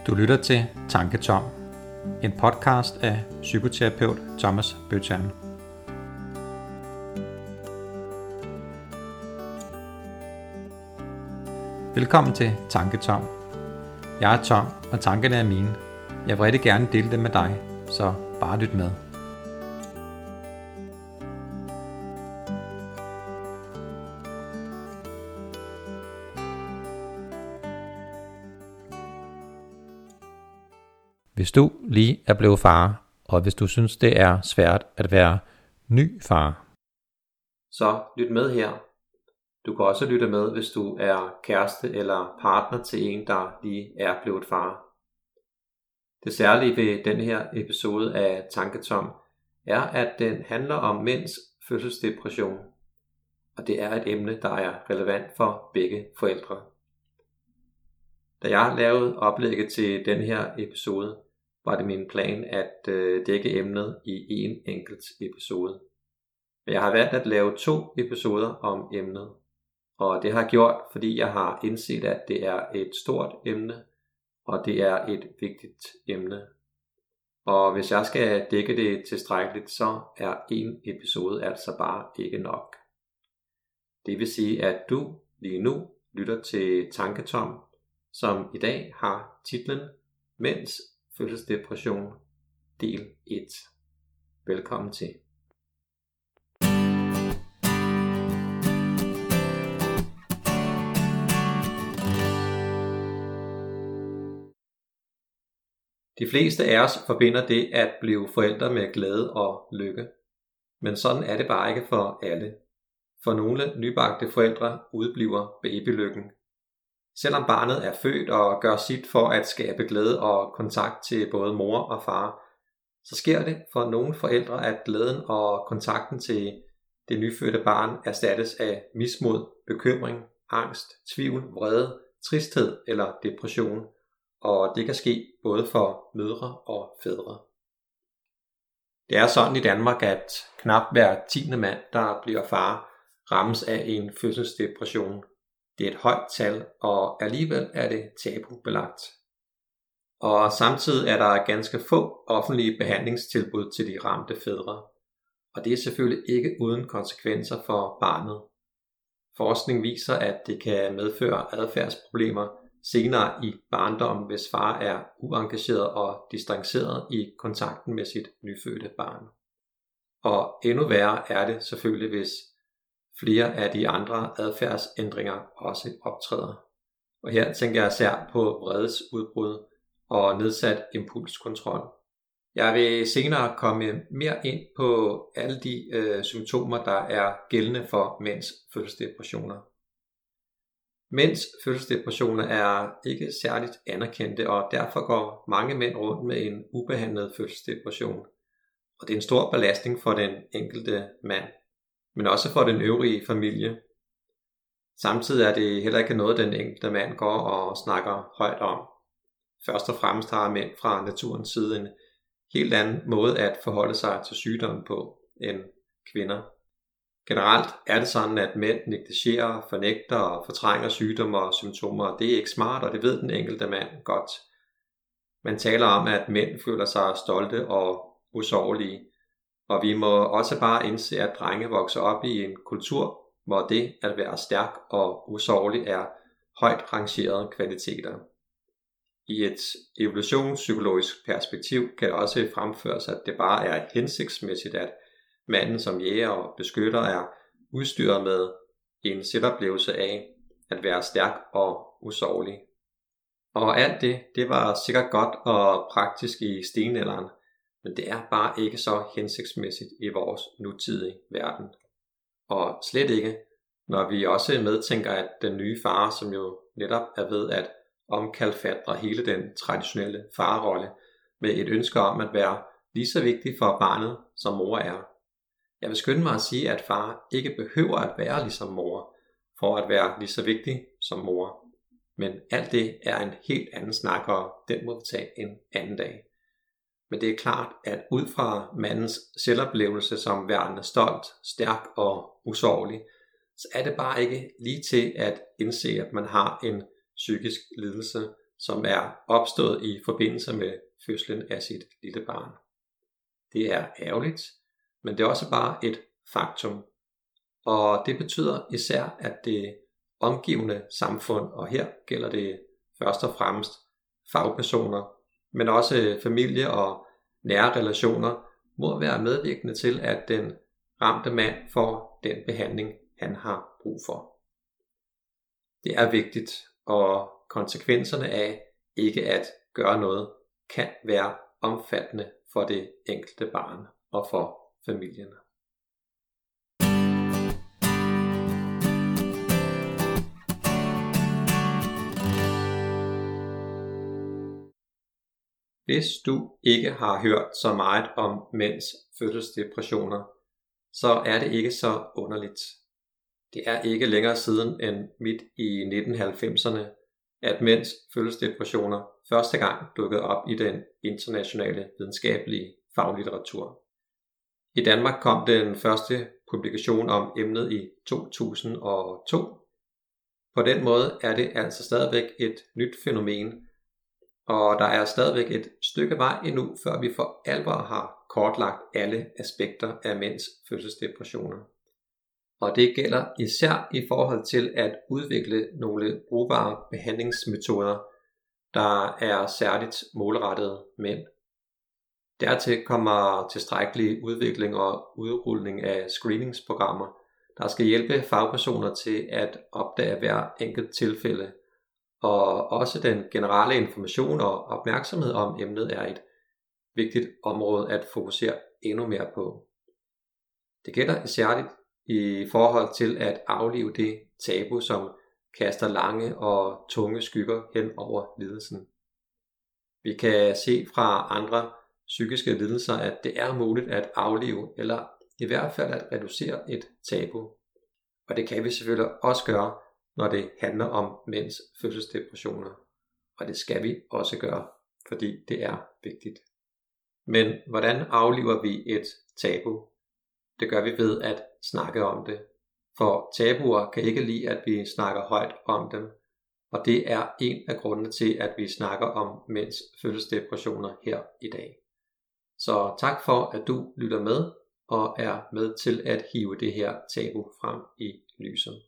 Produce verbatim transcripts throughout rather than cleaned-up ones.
Du lytter til Tanketom, en podcast af psykoterapeut Thomas Bøtjern. Velkommen til Tanketom. Jeg er Tom, og tankerne er mine. Jeg vil rigtig gerne dele dem med dig, så bare lyt med. Hvis du lige er blevet far, og hvis du synes det er svært at være ny far, så lyt med her. Du kan også lytte med, hvis du er kæreste eller partner til en, der lige er blevet far. Det særlige ved denne her episode af Tanketom er, at den handler om mænds fødselsdepression, og det er et emne, der er relevant for begge forældre. Da jeg lavede oplægget til denne her episode, var det min plan at øh, dække emnet i en enkelt episode. Men jeg har valgt at lave to episoder om emnet, og det har jeg gjort, fordi jeg har indset, at det er et stort emne, og det er et vigtigt emne. Og hvis jeg skal dække det tilstrækkeligt, så er en episode altså bare ikke nok. Det vil sige, at du lige nu lytter til Tanketom, som i dag har titlen Mænds fødselsdepression del et. Velkommen til. De fleste af os forbinder det at blive forældre med glæde og lykke. Men sådan er det bare ikke for alle. For nogle nybagte forældre udbliver babylykken. Selvom barnet er født og gør sit for at skabe glæde og kontakt til både mor og far, så sker det for nogle forældre, at glæden og kontakten til det nyfødte barn erstattes af mismod, bekymring, angst, tvivl, vrede, tristhed eller depression, og det kan ske både for mødre og fædre. Det er sådan i Danmark, at knap hver tiende mand, der bliver far, rammes af en fødselsdepression. Det er et højt tal, og alligevel er det tabubelagt. Og samtidig er der ganske få offentlige behandlingstilbud til de ramte fædre. Og det er selvfølgelig ikke uden konsekvenser for barnet. Forskning viser, at det kan medføre adfærdsproblemer senere i barndommen, hvis far er uengageret og distanceret i kontakten med sit nyfødte barn. Og endnu værre er det selvfølgelig, hvis flere af de andre adfærdsændringer også optræder. Og her tænker jeg især på vredesudbrud og nedsat impulskontrol. Jeg vil senere komme mere ind på alle de øh, symptomer, der er gældende for mænds fødselsdepressioner. Mænds fødselsdepressioner er ikke særligt anerkendte, og derfor går mange mænd rundt med en ubehandlet fødselsdepression. Og det er en stor belastning for den enkelte mand, men også for den øvrige familie. Samtidig er det heller ikke noget, den enkelte mand går og snakker højt om. Først og fremmest har mænd fra naturens side en helt anden måde at forholde sig til sygdommen på end kvinder. Generelt er det sådan, at mænd negligerer, fornægter og fortrænger sygdomme og symptomer. Det er ikke smart, og det ved den enkelte mand godt. Man taler om, at mænd føler sig stolte og usårlige. Og vi må også bare indse, at drenge vokser op i en kultur, hvor det at være stærk og usårlig er højt rangerede kvaliteter. I et evolutionspsykologisk perspektiv kan det også fremføres, at det bare er hensigtsmæssigt, at manden som jæger og beskytter er udstyret med en selvoplevelse af at være stærk og usårlig. Og alt det, det var sikkert godt og praktisk i stenalderen, men det er bare ikke så hensigtsmæssigt i vores nutidige verden. Og slet ikke, når vi også medtænker, at den nye far, som jo netop er ved at omkalfatre hele den traditionelle farrolle med et ønske om at være lige så vigtig for barnet, som mor er. Jeg vil skynde mig at sige, at far ikke behøver at være ligesom mor, for at være lige så vigtig som mor. Men alt det er en helt anden snak, og den må vi tage en anden dag. Men det er klart, at ud fra mandens selvoplevelse som værende stolt, stærk og usårlig, så er det bare ikke lige til at indse, at man har en psykisk lidelse, som er opstået i forbindelse med fødslen af sit lille barn. Det er ærgerligt, men det er også bare et faktum. Og det betyder især, at det omgivende samfund, og her gælder det først og fremmest fagpersoner, men også familie og nære relationer, må være medvirkende til, at den ramte mand får den behandling, han har brug for. Det er vigtigt, og konsekvenserne af ikke at gøre noget kan være omfattende for det enkelte barn og for familien. Hvis du ikke har hørt så meget om mænds fødselsdepressioner, så er det ikke så underligt. Det er ikke længere siden end midt i nitten halvfemserne, at mænds fødselsdepressioner første gang dukkede op i den internationale videnskabelige faglitteratur. I Danmark kom den første publikation om emnet i to tusind og to. På den måde er det altså stadigvæk et nyt fænomen, og der er stadigvæk et stykke vej endnu, før vi for alvor har kortlagt alle aspekter af mænds fødselsdepressioner. Og det gælder især i forhold til at udvikle nogle brugbare behandlingsmetoder, der er særligt målrettet mænd. Dertil kommer tilstrækkelig udvikling og udrulning af screeningsprogrammer, der skal hjælpe fagpersoner til at opdage hver enkelt tilfælde, og også den generelle information og opmærksomhed om emnet er et vigtigt område at fokusere endnu mere på. Det gælder særligt i forhold til at aflive det tabu, som kaster lange og tunge skygger hen over lidelsen. Vi kan se fra andre psykiske lidelser, at det er muligt at aflive eller i hvert fald at reducere et tabu. Og det kan vi selvfølgelig også gøre, når det handler om mænds fødselsdepressioner. Og det skal vi også gøre, fordi det er vigtigt. Men hvordan afliver vi et tabu? Det gør vi ved at snakke om det. For tabuer kan ikke lide, at vi snakker højt om dem. Og det er en af grundene til, at vi snakker om mænds fødselsdepressioner her i dag. Så tak for, at du lytter med og er med til at hive det her tabu frem i lyset.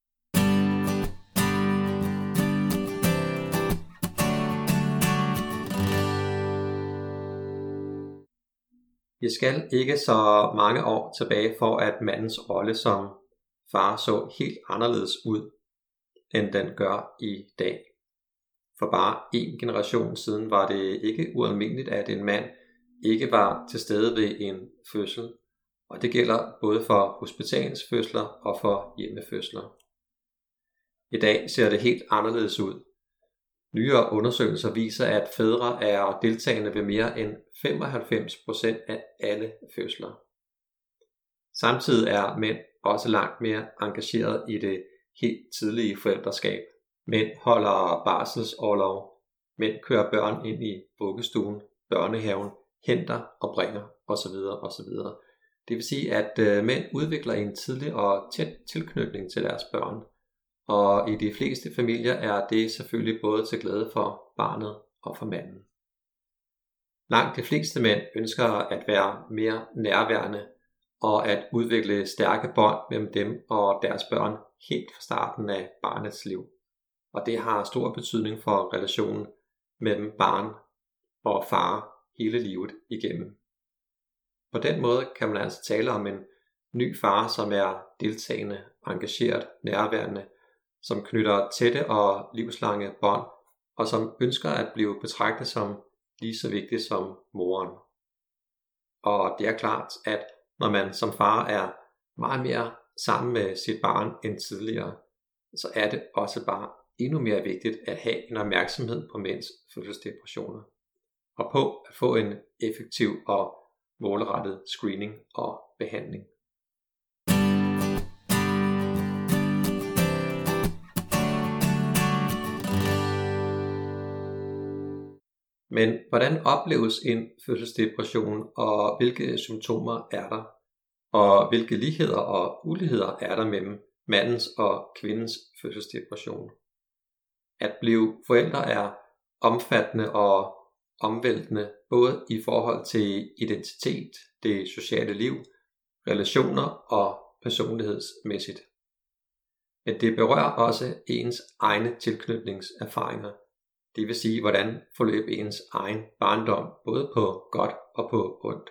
Vi skal ikke så mange år tilbage for, at mandens rolle som far så helt anderledes ud, end den gør i dag. For bare en generation siden var det ikke ualmindeligt, at en mand ikke var til stede ved en fødsel, og det gælder både for hospitalsfødsler og for hjemmefødsler. I dag ser det helt anderledes ud. Nyere undersøgelser viser, at fædre er deltagende ved mere end femoghalvfems procent af alle fødsler. Samtidig er mænd også langt mere engageret i det helt tidlige forældreskab. Mænd holder barselsorlov, mænd kører børn ind i vuggestuen, børnehaven, henter og bringer osv. osv. Det vil sige, at mænd udvikler en tidlig og tæt tilknytning til deres børn. Og i de fleste familier er det selvfølgelig både til glæde for barnet og for manden. Langt de fleste mænd ønsker at være mere nærværende og at udvikle stærke bånd mellem dem og deres børn helt fra starten af barnets liv. Og det har stor betydning for relationen mellem barn og far hele livet igennem. På den måde kan man altså tale om en ny far, som er deltagende, engageret, nærværende, som knytter tætte og livslange bånd, og som ønsker at blive betragtet som lige så vigtig som moren. Og det er klart, at når man som far er meget mere sammen med sit barn end tidligere, så er det også bare endnu mere vigtigt at have en opmærksomhed på mænds fødselsdepressioner, og på at få en effektiv og målrettet screening og behandling. Men hvordan opleves en fødselsdepression, og hvilke symptomer er der? Og hvilke ligheder og uligheder er der mellem mandens og kvindens fødselsdepression? At blive forældre er omfattende og omvæltende, både i forhold til identitet, det sociale liv, relationer og personlighedsmæssigt. Men det berører også ens egne tilknytningserfaringer. Det vil sige, hvordan forløb ens egen barndom, både på godt og på ondt.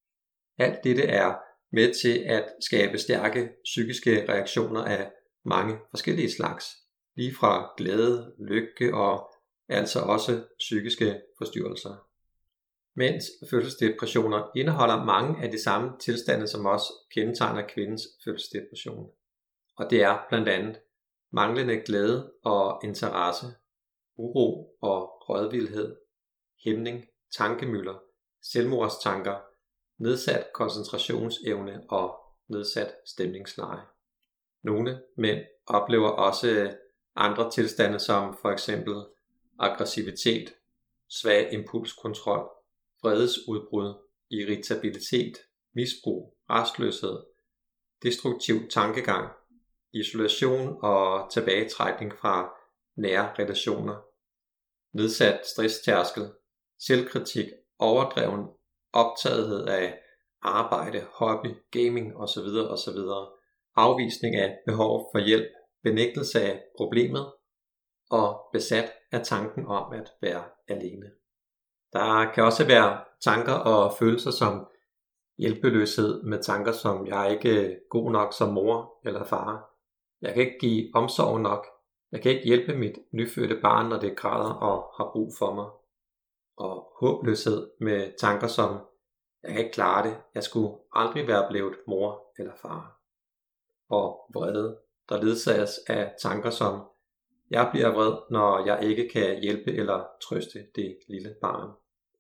Alt dette er med til at skabe stærke psykiske reaktioner af mange forskellige slags, lige fra glæde, lykke og altså også psykiske forstyrrelser. Mænds fødselsdepressioner indeholder mange af de samme tilstande, som også kendetegner kvindens fødselsdepression. Og det er blandt andet manglende glæde og interesse, uro og rådvildhed, hæmning, tankemylder, selvmordstanker, nedsat koncentrationsevne og nedsat stemningsleje. Nogle mænd oplever også andre tilstande som for eksempel aggressivitet, svag impulskontrol, vredesudbrud, irritabilitet, misbrug, rastløshed, destruktiv tankegang, isolation og tilbagetrækning fra nære relationer, nedsat stresstærskel, selvkritik, overdreven optagethed af arbejde, hobby, gaming osv. osv., afvisning af behov for hjælp, benægtelse af problemet og besat af tanken om at være alene. Der kan også være tanker og følelser som hjælpeløshed med tanker som, jeg er ikke god nok som mor eller far. Jeg kan ikke give omsorg nok. Jeg kan ikke hjælpe mit nyfødte barn, når det græder og har brug for mig. Og håbløshed med tanker som, jeg kan ikke klare det. Jeg skulle aldrig være blevet mor eller far. Og vrede, der ledsages af tanker som, jeg bliver vred, når jeg ikke kan hjælpe eller trøste det lille barn.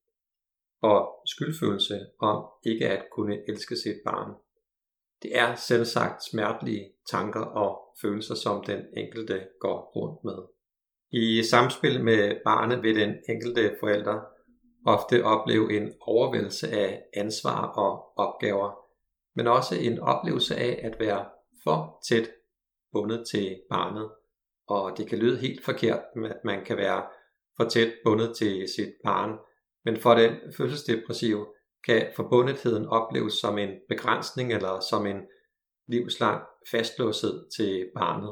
Og skyldfølelse om ikke at kunne elske sit barn. Det er selvsagt smertelige tanker og følelser, som den enkelte går rundt med. I samspil med barnet vil den enkelte forælder ofte opleve en overvældelse af ansvar og opgaver, men også en oplevelse af at være for tæt bundet til barnet. Og det kan lyde helt forkert, at man kan være for tæt bundet til sit barn, men for den fødselsdepressive kan forbundetheden opleves som en begrænsning eller som en livslang fastlåshed til barnet.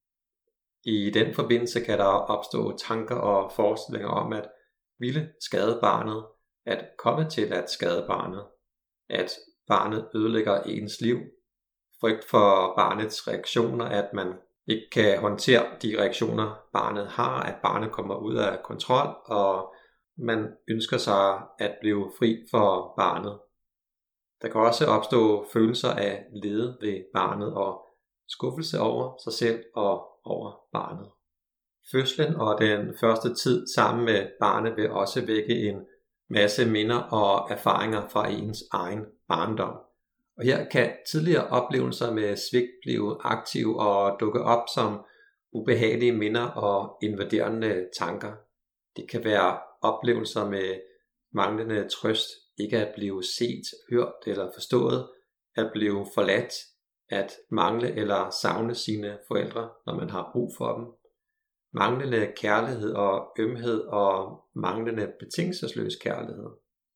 I den forbindelse kan der opstå tanker og forestillinger om at ville skade barnet, at komme til at skade barnet, at barnet ødelægger ens liv, frygt for barnets reaktioner, at man ikke kan håndtere de reaktioner barnet har, at barnet kommer ud af kontrol, og man ønsker sig at blive fri for barnet. Der kan også opstå følelser af lede ved barnet og skuffelse over sig selv og over barnet. Fødslen og den første tid sammen med barnet vil også vække en masse minder og erfaringer fra ens egen barndom. Og her kan tidligere oplevelser med svigt blive aktive og dukke op som ubehagelige minder og invaderende tanker. Det kan være oplevelser med manglende trøst, ikke at blive set, hørt eller forstået, at blive forladt, at mangle eller savne sine forældre, når man har brug for dem, manglende kærlighed og ømhed og manglende betingelsesløs kærlighed.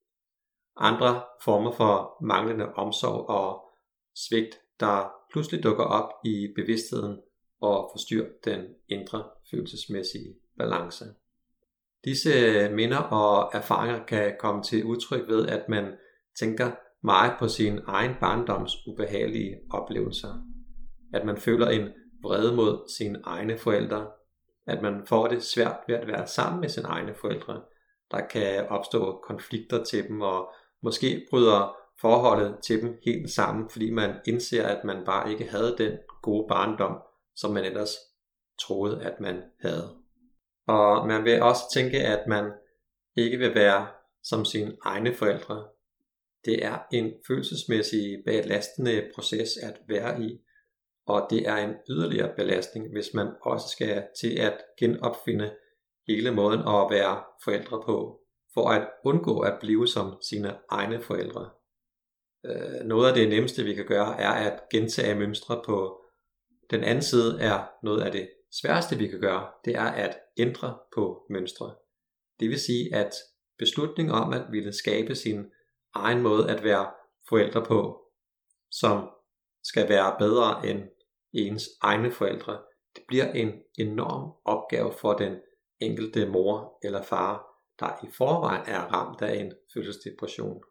Andre former for manglende omsorg og svigt, der pludselig dukker op i bevidstheden og forstyrrer den indre følelsesmæssige balance. Disse minder og erfaringer kan komme til udtryk ved, at man tænker meget på sin egen barndoms ubehagelige oplevelser. At man føler en vrede mod sine egne forældre. At man får det svært ved at være sammen med sine egne forældre. Der kan opstå konflikter til dem, og måske bryder forholdet til dem helt sammen, fordi man indser, at man bare ikke havde den gode barndom, som man ellers troede, at man havde. Og man vil også tænke, at man ikke vil være som sine egne forældre. Det er en følelsesmæssig belastende proces at være i, og det er en yderligere belastning, hvis man også skal til at genopfinde hele måden at være forældre på, for at undgå at blive som sine egne forældre. Noget af det nemmeste vi kan gøre er at gentage mønstre på den anden side er noget af det sværeste vi kan gøre, det er at ændre på mønstre. Det vil sige, at beslutningen om at ville skabe sin egen måde at være forældre på, som skal være bedre end ens egne forældre, det bliver en enorm opgave for den enkelte mor eller far, der i forvejen er ramt af en fødselsdepression.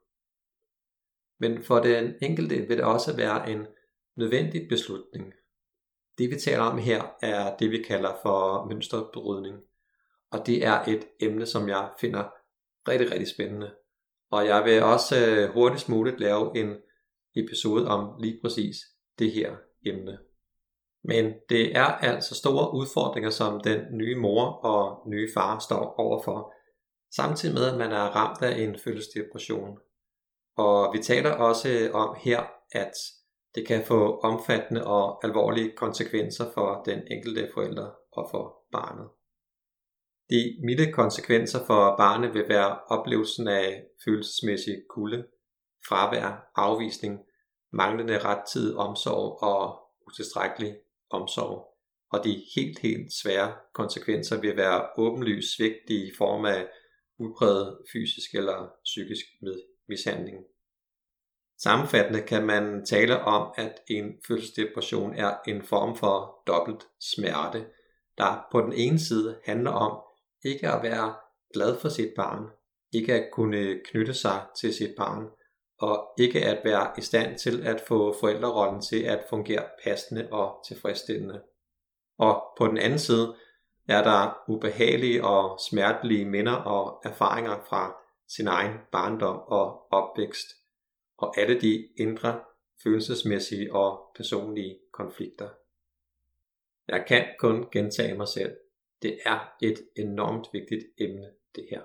Men for den enkelte vil det også være en nødvendig beslutning. Det vi taler om her er det vi kalder for mønsterbrydning, og det er et emne som jeg finder rigtig rigtig spændende. Og jeg vil også hurtigst muligt lave en episode om lige præcis det her emne. Men det er altså store udfordringer, som den nye mor og nye far står overfor, samtidig med at man er ramt af en fødselsdepression. Og vi taler også om her, at det kan få omfattende og alvorlige konsekvenser for den enkelte forælder og for barnet. De milde konsekvenser for barnet vil være oplevelsen af følelsesmæssig kulde, fravær, afvisning, manglende rettidig omsorg og utilstrækkelig omsorg. Og de helt, helt svære konsekvenser vil være åbenlys svigt i form af udpræget fysisk eller psykisk mishandling. Sammenfattende kan man tale om, at en fødselsdepression er en form for dobbelt smerte, der på den ene side handler om ikke at være glad for sit barn, ikke at kunne knytte sig til sit barn, og ikke at være i stand til at få forældrerollen til at fungere passende og tilfredsstillende. Og på den anden side er der ubehagelige og smertelige minder og erfaringer fra sin egen barndom og opvækst, og alle de indre følelsesmæssige og personlige konflikter. Jeg kan kun gentage mig selv. Det er et enormt vigtigt emne, det her.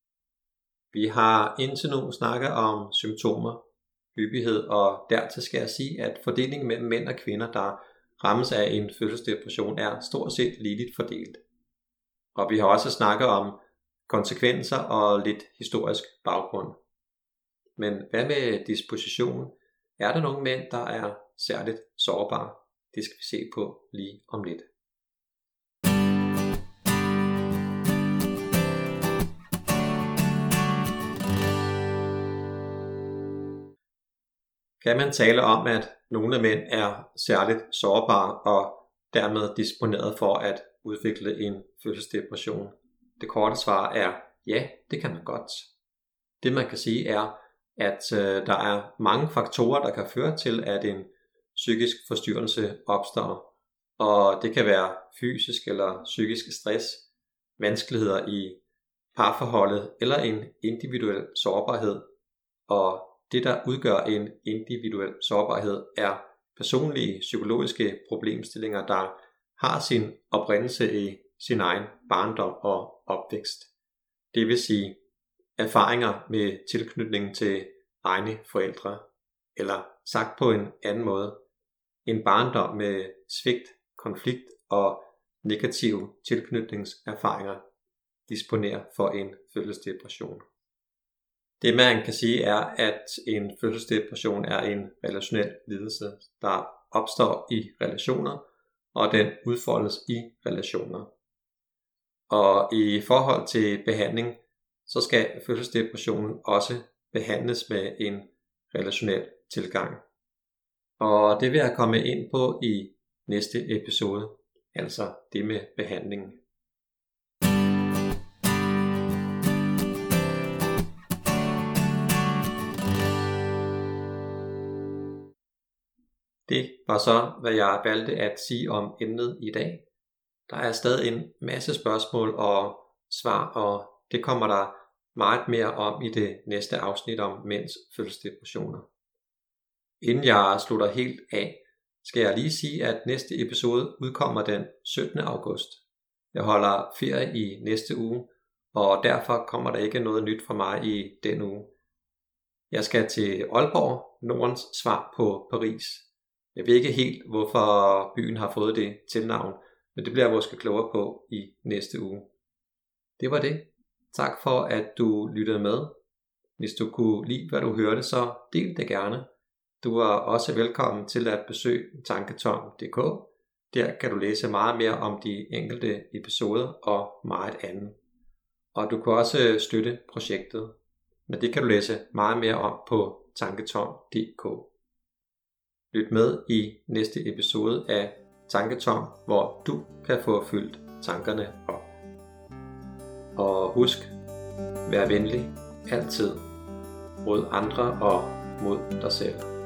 Vi har indtil nu snakket om symptomer, hyppighed, og dertil skal jeg sige, at fordelingen mellem mænd og kvinder, der rammes af en fødselsdepression, er stort set ligeligt fordelt. Og vi har også snakket om konsekvenser og lidt historisk baggrund. Men hvad med disposition? Er der nogle mænd, der er særligt sårbare? Det skal vi se på lige om lidt. Kan man tale om, at nogle mænd er særligt sårbare og dermed disponeret for at udvikle en fødselsdepression? Det korte svar er ja, det kan man godt. Det man kan sige er, at øh, der er mange faktorer, der kan føre til, at en psykisk forstyrrelse opstår. Og det kan være fysisk eller psykisk stress, vanskeligheder i parforholdet eller en individuel sårbarhed. Og det, der udgør en individuel sårbarhed, er personlige psykologiske problemstillinger, der har sin oprindelse i sin egen barndom og opvækst. Det vil sige erfaringer med tilknytning til egne forældre, eller sagt på en anden måde, en barndom med svigt, konflikt og negative tilknytningserfaringer disponerer for en fødselsdepression. Det man kan sige er, at en fødselsdepression er en relationel lidelse, der opstår i relationer, og den udfoldes i relationer. Og i forhold til behandling, så skal fødselsdepressionen også behandles med en relationel tilgang. Og det vil jeg komme ind på i næste episode, altså det med behandlingen. Det var så, hvad jeg valgte at sige om emnet i dag. Der er stadig en masse spørgsmål og svar, og det kommer der meget mere om i det næste afsnit om mænds fødselsdepressioner. Inden jeg slutter helt af, skal jeg lige sige, at næste episode udkommer den syttende august. Jeg holder ferie i næste uge, og derfor kommer der ikke noget nyt fra mig i den uge. Jeg skal til Aalborg, Nordens svar på Paris. Jeg ved ikke helt, hvorfor byen har fået det tilnavn, men det bliver jeg måske klogere på i næste uge. Det var det. Tak for, at du lyttede med. Hvis du kunne lide, hvad du hørte, så del det gerne. Du er også velkommen til at besøge tanketom punktum d k. Der kan du læse meget mere om de enkelte episoder og meget andet. og du kan også støtte projektet. Men det kan du læse meget mere om på tanketom punktum d k. Lyt med i næste episode af Tanketom, hvor du kan få fyldt tankerne op. Og husk, vær venlig altid mod andre og mod dig selv.